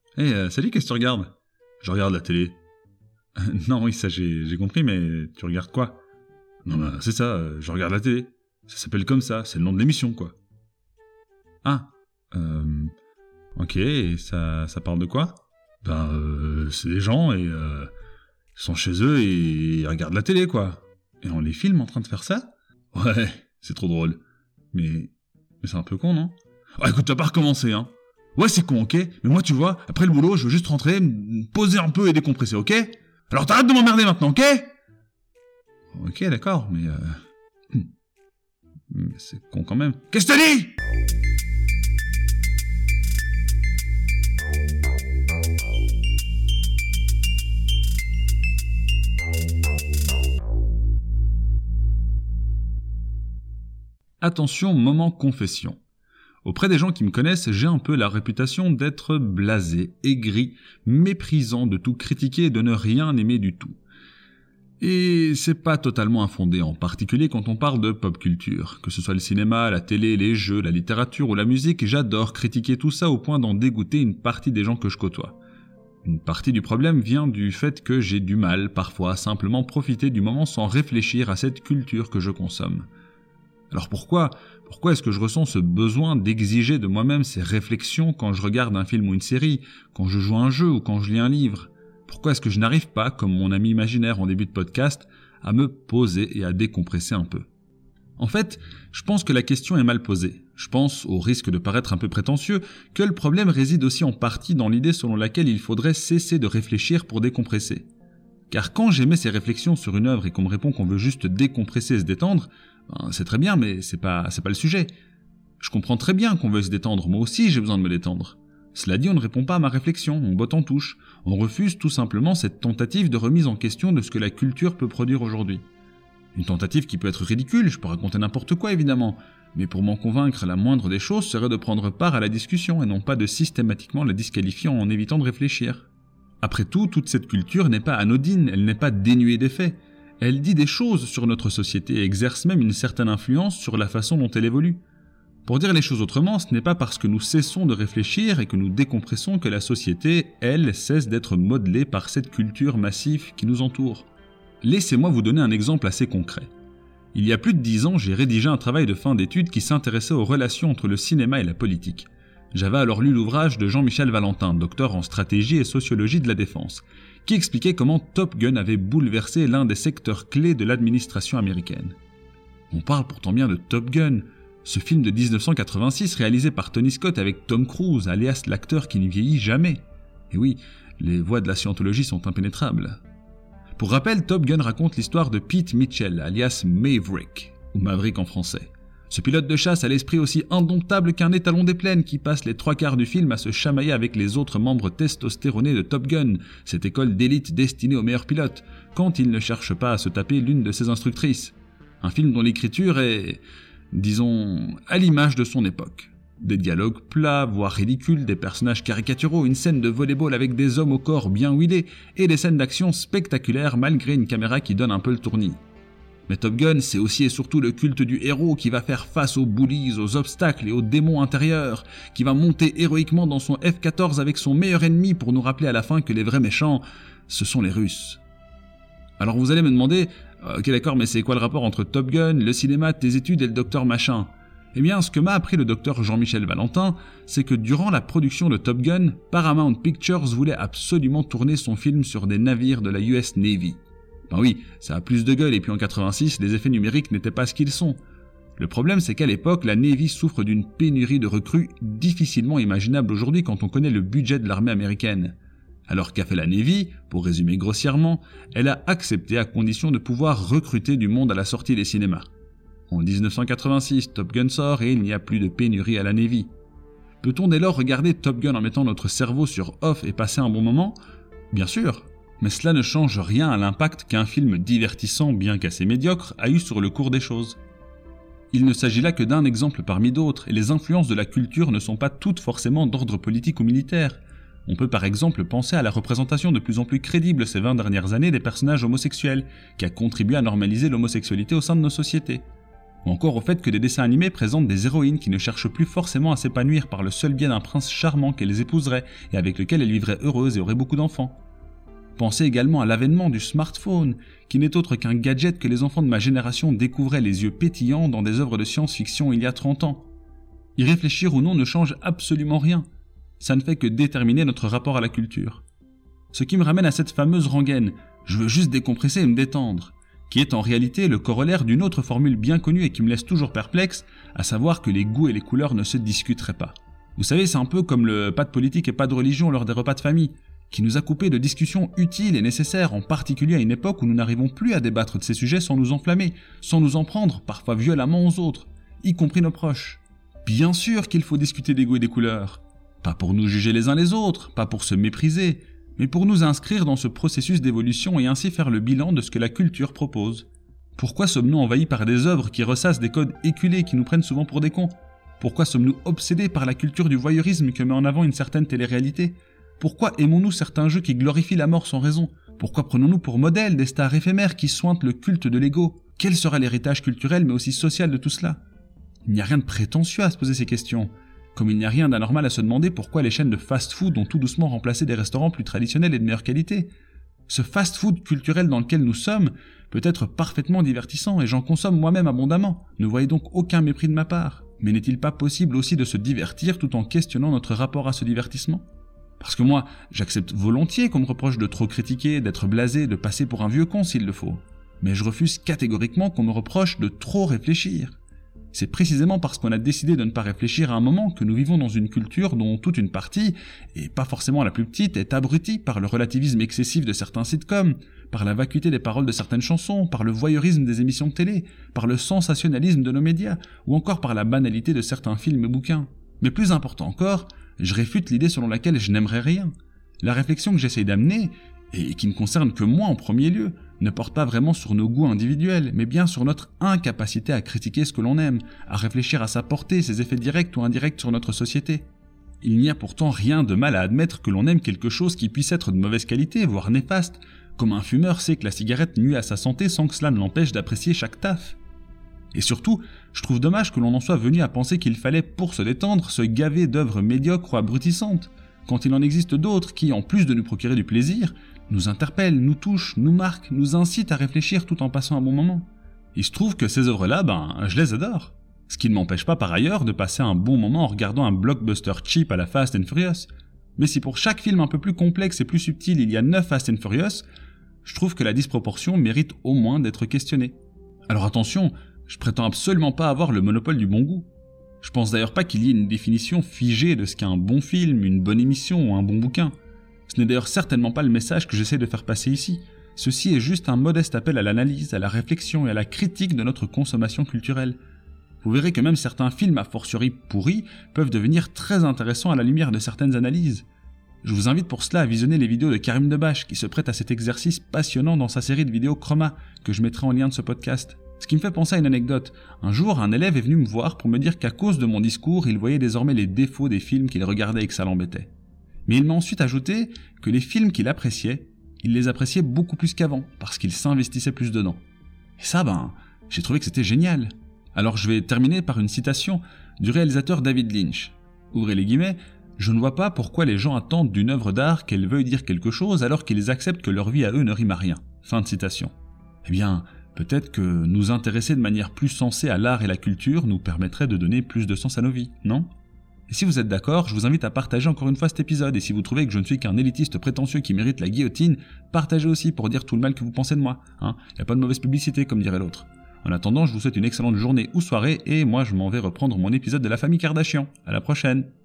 Salut, qu'est-ce que tu regardes ? Je regarde la télé. Non, oui, ça j'ai compris, mais tu regardes quoi ? Non, bah, c'est ça, je regarde la télé. Ça s'appelle comme ça, c'est le nom de l'émission, quoi. Ah, ok, et ça parle de quoi ? C'est des gens et ils sont chez eux et ils regardent la télé, quoi. Et on les filme en train de faire ça ? Ouais, c'est trop drôle. Mais c'est un peu con, non ? Ah, écoute, tu vas pas recommencer, hein. Ouais, c'est con, ok ? Mais moi, tu vois, après le boulot, je veux juste rentrer, me poser un peu et décompresser, ok ? Alors t'arrêtes de m'emmerder maintenant, ok ? Ok, d'accord, mais c'est con quand même. Qu'est-ce que t'as dit ? Attention, moment confession. Auprès des gens qui me connaissent, j'ai un peu la réputation d'être blasé, aigri, méprisant, de tout critiquer et de ne rien aimer du tout. Et c'est pas totalement infondé, en particulier quand on parle de pop culture. Que ce soit le cinéma, la télé, les jeux, la littérature ou la musique, j'adore critiquer tout ça au point d'en dégoûter une partie des gens que je côtoie. Une partie du problème vient du fait que j'ai du mal, parfois, à simplement profiter du moment sans réfléchir à cette culture que je consomme. Alors pourquoi est-ce que je ressens ce besoin d'exiger de moi-même ces réflexions quand je regarde un film ou une série, quand je joue à un jeu ou quand je lis un livre ? Pourquoi est-ce que je n'arrive pas, comme mon ami imaginaire en début de podcast, à me poser et à décompresser un peu ? En fait, je pense que la question est mal posée. Je pense, au risque de paraître un peu prétentieux, que le problème réside aussi en partie dans l'idée selon laquelle il faudrait cesser de réfléchir pour décompresser. Car quand j'émets ces réflexions sur une œuvre et qu'on me répond qu'on veut juste décompresser et se détendre, c'est très bien, mais c'est pas le sujet. Je comprends très bien qu'on veuille se détendre, moi aussi j'ai besoin de me détendre. Cela dit, on ne répond pas à ma réflexion, on botte en touche. On refuse tout simplement cette tentative de remise en question de ce que la culture peut produire aujourd'hui. Une tentative qui peut être ridicule, je peux raconter n'importe quoi évidemment, mais pour m'en convaincre, la moindre des choses serait de prendre part à la discussion et non pas de systématiquement la disqualifier en évitant de réfléchir. Après tout, toute cette culture n'est pas anodine, elle n'est pas dénuée d'effets. Elle dit des choses sur notre société et exerce même une certaine influence sur la façon dont elle évolue. Pour dire les choses autrement, ce n'est pas parce que nous cessons de réfléchir et que nous décompressons que la société, elle, cesse d'être modelée par cette culture massive qui nous entoure. Laissez-moi vous donner un exemple assez concret. Il y a plus de 10 ans, j'ai rédigé un travail de fin d'études qui s'intéressait aux relations entre le cinéma et la politique. J'avais alors lu l'ouvrage de Jean-Michel Valentin, docteur en stratégie et sociologie de la défense, qui expliquait comment Top Gun avait bouleversé l'un des secteurs clés de l'administration américaine. On parle pourtant bien de Top Gun, ce film de 1986 réalisé par Tony Scott avec Tom Cruise, alias l'acteur qui ne vieillit jamais. Et oui, les voies de la scientologie sont impénétrables. Pour rappel, Top Gun raconte l'histoire de Pete Mitchell, alias Maverick, ou Maverick en français. Ce pilote de chasse a l'esprit aussi indomptable qu'un étalon des plaines qui passe les 3/4 du film à se chamailler avec les autres membres testostéronés de Top Gun, cette école d'élite destinée aux meilleurs pilotes, quand il ne cherche pas à se taper l'une de ses instructrices. Un film dont l'écriture est, disons, à l'image de son époque. Des dialogues plats, voire ridicules, des personnages caricaturaux, une scène de volleyball avec des hommes au corps bien huilés, et des scènes d'action spectaculaires malgré une caméra qui donne un peu le tournis. Mais Top Gun, c'est aussi et surtout le culte du héros qui va faire face aux bullies, aux obstacles et aux démons intérieurs, qui va monter héroïquement dans son F-14 avec son meilleur ennemi pour nous rappeler à la fin que les vrais méchants, ce sont les Russes. Alors vous allez me demander, ok d'accord, mais c'est quoi le rapport entre Top Gun, le cinéma, tes études et le docteur machin ? Eh bien, ce que m'a appris le docteur Jean-Michel Valentin, c'est que durant la production de Top Gun, Paramount Pictures voulait absolument tourner son film sur des navires de la US Navy. Ben oui, ça a plus de gueule et puis en 86, les effets numériques n'étaient pas ce qu'ils sont. Le problème, c'est qu'à l'époque, la Navy souffre d'une pénurie de recrues difficilement imaginable aujourd'hui quand on connaît le budget de l'armée américaine. Alors qu'a fait la Navy, pour résumer grossièrement, elle a accepté à condition de pouvoir recruter du monde à la sortie des cinémas. En 1986, Top Gun sort et il n'y a plus de pénurie à la Navy. Peut-on dès lors regarder Top Gun en mettant notre cerveau sur off et passer un bon moment ? Bien sûr. Mais cela ne change rien à l'impact qu'un film divertissant, bien qu'assez médiocre, a eu sur le cours des choses. Il ne s'agit là que d'un exemple parmi d'autres, et les influences de la culture ne sont pas toutes forcément d'ordre politique ou militaire. On peut par exemple penser à la représentation de plus en plus crédible ces 20 dernières années des personnages homosexuels, qui a contribué à normaliser l'homosexualité au sein de nos sociétés. ou encore au fait que des dessins animés présentent des héroïnes qui ne cherchent plus forcément à s'épanouir par le seul biais d'un prince charmant qu'elles épouseraient et avec lequel elles vivraient heureuses et auraient beaucoup d'enfants. Pensez également à l'avènement du smartphone, qui n'est autre qu'un gadget que les enfants de ma génération découvraient les yeux pétillants dans des œuvres de science-fiction il y a 30 ans. Y réfléchir ou non ne change absolument rien. Ça ne fait que déterminer notre rapport à la culture. Ce qui me ramène à cette fameuse rengaine « je veux juste décompresser et me détendre », qui est en réalité le corollaire d'une autre formule bien connue et qui me laisse toujours perplexe, à savoir que les goûts et les couleurs ne se discuteraient pas. Vous savez, c'est un peu comme le pas de politique et pas de religion lors des repas de famille, qui nous a coupé de discussions utiles et nécessaires, en particulier à une époque où nous n'arrivons plus à débattre de ces sujets sans nous enflammer, sans nous en prendre, parfois violemment aux autres, y compris nos proches. Bien sûr qu'il faut discuter des goûts et des couleurs. Pas pour nous juger les uns les autres, pas pour se mépriser, mais pour nous inscrire dans ce processus d'évolution et ainsi faire le bilan de ce que la culture propose. Pourquoi sommes-nous envahis par des œuvres qui ressassent des codes éculés qui nous prennent souvent pour des cons ? Pourquoi sommes-nous obsédés par la culture du voyeurisme que met en avant une certaine télé-réalité ? Pourquoi aimons-nous certains jeux qui glorifient la mort sans raison ? Pourquoi prenons-nous pour modèle des stars éphémères qui sointent le culte de l'ego ? Quel sera l'héritage culturel mais aussi social de tout cela ? Il n'y a rien de prétentieux à se poser ces questions. Comme il n'y a rien d'anormal à se demander pourquoi les chaînes de fast-food ont tout doucement remplacé des restaurants plus traditionnels et de meilleure qualité. Ce fast-food culturel dans lequel nous sommes peut être parfaitement divertissant et j'en consomme moi-même abondamment. Ne voyez donc aucun mépris de ma part. Mais n'est-il pas possible aussi de se divertir tout en questionnant notre rapport à ce divertissement ? Parce que moi, j'accepte volontiers qu'on me reproche de trop critiquer, d'être blasé, de passer pour un vieux con s'il le faut. Mais je refuse catégoriquement qu'on me reproche de trop réfléchir. C'est précisément parce qu'on a décidé de ne pas réfléchir à un moment que nous vivons dans une culture dont toute une partie, et pas forcément la plus petite, est abrutie par le relativisme excessif de certains sitcoms, par la vacuité des paroles de certaines chansons, par le voyeurisme des émissions de télé, par le sensationnalisme de nos médias, ou encore par la banalité de certains films et bouquins. Mais plus important encore, je réfute l'idée selon laquelle je n'aimerais rien. La réflexion que j'essaye d'amener, et qui ne concerne que moi en premier lieu, ne porte pas vraiment sur nos goûts individuels, mais bien sur notre incapacité à critiquer ce que l'on aime, à réfléchir à sa portée, ses effets directs ou indirects sur notre société. Il n'y a pourtant rien de mal à admettre que l'on aime quelque chose qui puisse être de mauvaise qualité, voire néfaste, comme un fumeur sait que la cigarette nuit à sa santé sans que cela ne l'empêche d'apprécier chaque taf. Et surtout, je trouve dommage que l'on en soit venu à penser qu'il fallait, pour se détendre, se gaver d'œuvres médiocres ou abrutissantes, quand il en existe d'autres qui, en plus de nous procurer du plaisir, nous interpellent, nous touchent, nous marquent, nous incitent à réfléchir tout en passant un bon moment. Il se trouve que ces œuvres-là, je les adore. Ce qui ne m'empêche pas par ailleurs de passer un bon moment en regardant un blockbuster cheap à la Fast and Furious. Mais si pour chaque film un peu plus complexe et plus subtil il y a 9 Fast and Furious, je trouve que la disproportion mérite au moins d'être questionnée. Alors attention, je prétends absolument pas avoir le monopole du bon goût. Je pense d'ailleurs pas qu'il y ait une définition figée de ce qu'est un bon film, une bonne émission ou un bon bouquin. Ce n'est d'ailleurs certainement pas le message que j'essaie de faire passer ici. Ceci est juste un modeste appel à l'analyse, à la réflexion et à la critique de notre consommation culturelle. Vous verrez que même certains films a fortiori pourris peuvent devenir très intéressants à la lumière de certaines analyses. Je vous invite pour cela à visionner les vidéos de Karim Debache qui se prête à cet exercice passionnant dans sa série de vidéos Chroma que je mettrai en lien de ce podcast. Ce qui me fait penser à une anecdote. Un jour, un élève est venu me voir pour me dire qu'à cause de mon discours, il voyait désormais les défauts des films qu'il regardait et que ça l'embêtait. Mais il m'a ensuite ajouté que les films qu'il appréciait, il les appréciait beaucoup plus qu'avant, parce qu'il s'investissait plus dedans. Et ça, j'ai trouvé que c'était génial. Alors je vais terminer par une citation du réalisateur David Lynch. Ouvrez les guillemets, « Je ne vois pas pourquoi les gens attendent d'une œuvre d'art qu'elle veuille dire quelque chose alors qu'ils acceptent que leur vie à eux ne rime à rien. » Fin de citation. Eh bien, peut-être que nous intéresser de manière plus sensée à l'art et la culture nous permettrait de donner plus de sens à nos vies, non ? Et si vous êtes d'accord, je vous invite à partager encore une fois cet épisode, et si vous trouvez que je ne suis qu'un élitiste prétentieux qui mérite la guillotine, partagez aussi pour dire tout le mal que vous pensez de moi, hein. Y a pas de mauvaise publicité comme dirait l'autre. En attendant, je vous souhaite une excellente journée ou soirée, et moi je m'en vais reprendre mon épisode de la famille Kardashian. À la prochaine!